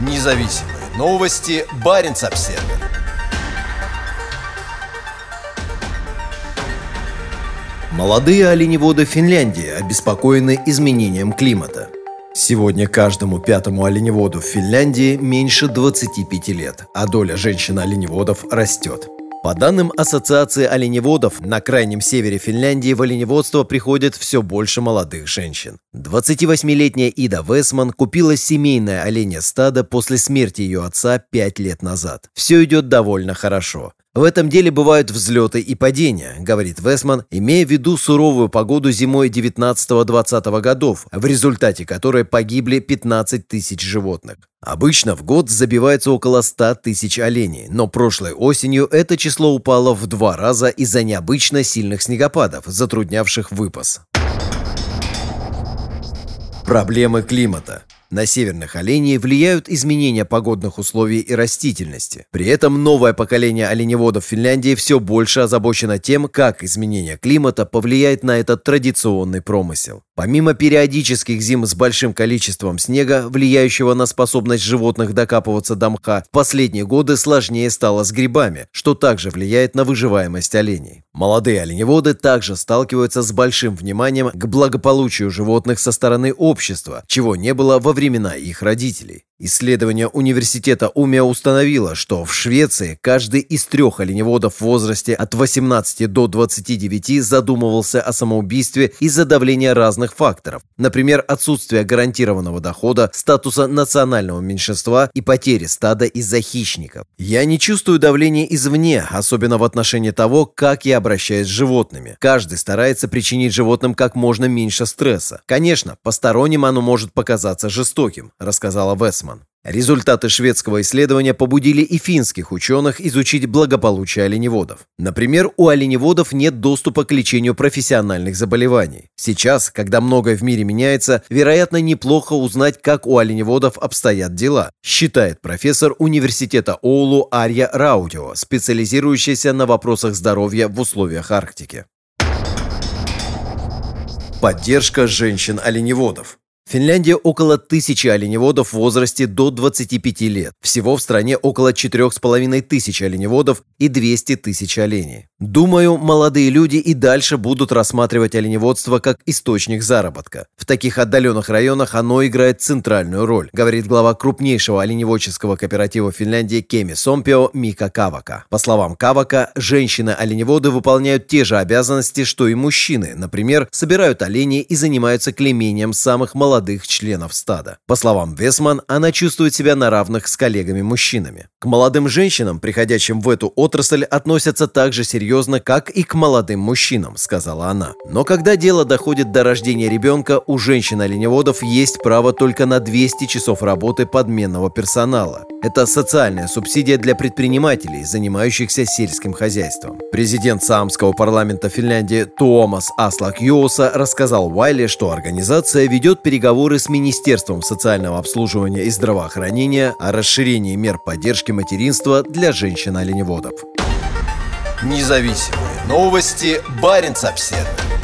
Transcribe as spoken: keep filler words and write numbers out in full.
Независимые новости. Баренц-Обсервер. Молодые оленеводы Финляндии обеспокоены изменением климата. Сегодня каждому пятому оленеводу в Финляндии меньше двадцати пяти лет, а доля женщин-оленеводов растет. По данным Ассоциации оленеводов, на крайнем севере Финляндии в оленеводство приходит все больше молодых женщин. двадцативосьмилетняя Ида Весман купила семейное оленье стадо после смерти ее отца пять лет назад. Все идет довольно хорошо. В этом деле бывают взлеты и падения, говорит Весман, имея в виду суровую погоду зимой девятнадцатого-двадцатого годов, в результате которой погибли пятнадцать тысяч животных. Обычно в год забивается около ста тысяч оленей, но прошлой осенью это число упало в два раза из-за необычно сильных снегопадов, затруднявших выпас. Проблемы климата. На северных оленей влияют изменения погодных условий и растительности. При этом новое поколение оленеводов Финляндии все больше озабочено тем, как изменение климата повлияет на этот традиционный промысел. Помимо периодических зим с большим количеством снега, влияющего на способность животных докапываться до мха, в последние годы сложнее стало с грибами, что также влияет на выживаемость оленей. Молодые оленеводы также сталкиваются с большим вниманием к благополучию животных со стороны общества, чего не было во времена их родителей. Исследование университета Умиа установило, что в Швеции каждый из трех оленеводов в возрасте от восемнадцати до двадцати девяти задумывался о самоубийстве из-за давления разных факторов, например, отсутствия гарантированного дохода, статуса национального меньшинства и потери стада из-за хищников. «Я не чувствую давления извне, особенно в отношении того, как я обращаюсь с животными. Каждый старается причинить животным как можно меньше стресса. Конечно, посторонним оно может показаться жестоким», — рассказала Весман. Результаты шведского исследования побудили и финских ученых изучить благополучие оленеводов. Например, у оленеводов нет доступа к лечению профессиональных заболеваний. Сейчас, когда многое в мире меняется, вероятно, неплохо узнать, как у оленеводов обстоят дела, считает профессор университета Оулу Арья Раутио, специализирующаяся на вопросах здоровья в условиях Арктики. Поддержка женщин-оленеводов. В Финляндии около тысячи оленеводов в возрасте до двадцати пяти лет. Всего в стране около четырех с половиной тысяч оленеводов и двести тысяч оленей. Думаю, молодые люди и дальше будут рассматривать оленеводство как источник заработка. В таких отдаленных районах оно играет центральную роль, говорит глава крупнейшего оленеводческого кооператива Финляндии Кеми Сомпио Мика Кавака. По словам Кавака, женщины-оленеводы выполняют те же обязанности, что и мужчины. Например, собирают оленей и занимаются клеймением самых молодых членов стада. По словам Весман, она чувствует себя на равных с коллегами-мужчинами. К молодым женщинам, приходящим в эту отрасль, относятся так же серьезно, как и к молодым мужчинам, сказала она. Но когда дело доходит до рождения ребенка, у женщин-оленеводов есть право только на двести часов работы подменного персонала. Это социальная субсидия для предпринимателей, занимающихся сельским хозяйством. Президент Саамского парламента Финляндии Туомас Аслак Юоса рассказал Уайле, что организация ведет переговоры с Министерством социального обслуживания и здравоохранения о расширении мер поддержки материнства для женщин-оленеводов. Независимые новости. Баренц-Обсервер.